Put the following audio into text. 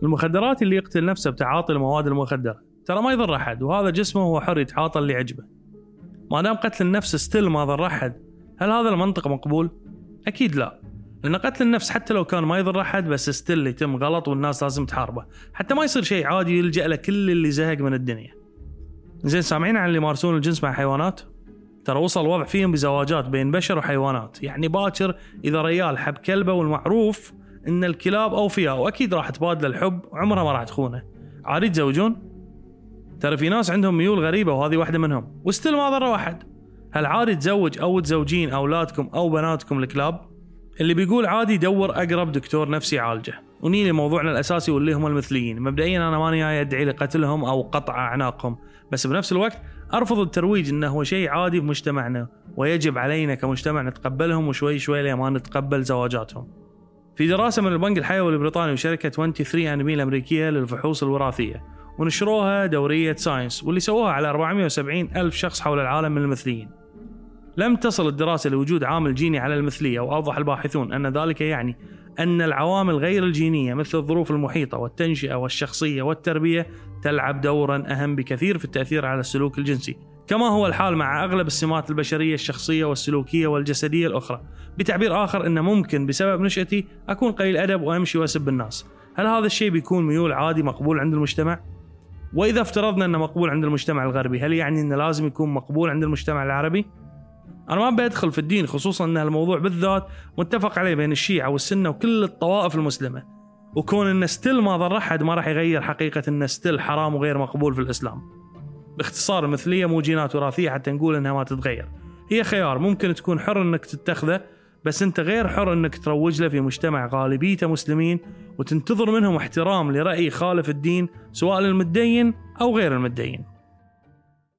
المخدرات اللي يقتل نفسه بتعاطي المواد المخدرة ترى ما يضر أحد، وهذا جسمه هو حر يتعاطى اللي يعجبه. ما دام قتل النفس ستيل ما ضر أحد، هل هذا المنطق مقبول؟ أكيد لا، لأن قتل النفس حتى لو كان ما يضر أحد بس ستيل يتم غلط والناس لازم تحاربه حتى ما يصير شيء عادي يلجأ له كل اللي زهق من الدنيا. زين، سامعين عن اللي يمارسون الجنس مع حيوانات؟ ترى وصل وضع فيهم بزواجات بين بشر وحيوانات. يعني باكر إذا ريال حب كلبه، والمعروف إن الكلاب أوفياء وأكيد راح تبادل الحب وعمرها ما راح تخونه، عادي يتزوجون؟ ترى في ناس عندهم ميول غريبة وهذه واحدة منهم وستيل ما ضر واحد. هل عادي تزوج أو تزوجين أولادكم أو بناتكم الكلاب؟ اللي بيقول عادي دور أقرب دكتور نفسي عالجه. ونيجي لموضوعنا الأساسي واللي هم المثليين. مبدئيا أنا ماني جاي أدعي لقتلهم أو قطع أعناقهم، بس بنفس الوقت أرفض الترويج إنه هو شيء عادي في مجتمعنا، ويجب علينا كمجتمع نتقبلهم وشوي شوي لما نتقبل زواجاتهم. في دراسة من البنك الحيوي البريطاني وشركة 23andMe الأمريكية للفحوص الوراثية، ونشروها دورية ساينس، واللي سووها على 470 ألف شخص حول العالم من المثليين. لم تصل الدراسة لوجود عامل جيني على المثلية، وأوضح الباحثون أن ذلك يعني أن العوامل غير الجينية مثل الظروف المحيطة والتنشئة والشخصية والتربية تلعب دورا أهم بكثير في التأثير على السلوك الجنسي، كما هو الحال مع أغلب السمات البشرية الشخصية والسلوكية والجسدية الأخرى. بتعبير آخر، أن ممكن بسبب نشأتي أكون قليل أدب وأمشي وأسب الناس. هل هذا الشيء بيكون ميول عادي مقبول عند المجتمع؟ وإذا افترضنا أنه مقبول عند المجتمع الغربي، هل يعني أنه لازم يكون مقبول عند المجتمع العربي؟ أنا ما بدخل في الدين، خصوصا أن الموضوع بالذات متفق عليه بين الشيعة والسنة وكل الطوائف المسلمة، وكون أن ستيل ما ضر أحد ما راح يغير حقيقة أن ستيل حرام وغير مقبول في الإسلام. باختصار، المثلية مو جينات وراثية حتى نقول أنها ما تتغير، هي خيار ممكن تكون حر أنك تتخذه، بس أنت غير حر أنك تروج له في مجتمع غالبيته مسلمين وتنتظر منهم احترام لرأي خالف الدين سواء للمتدين أو غير المتدين.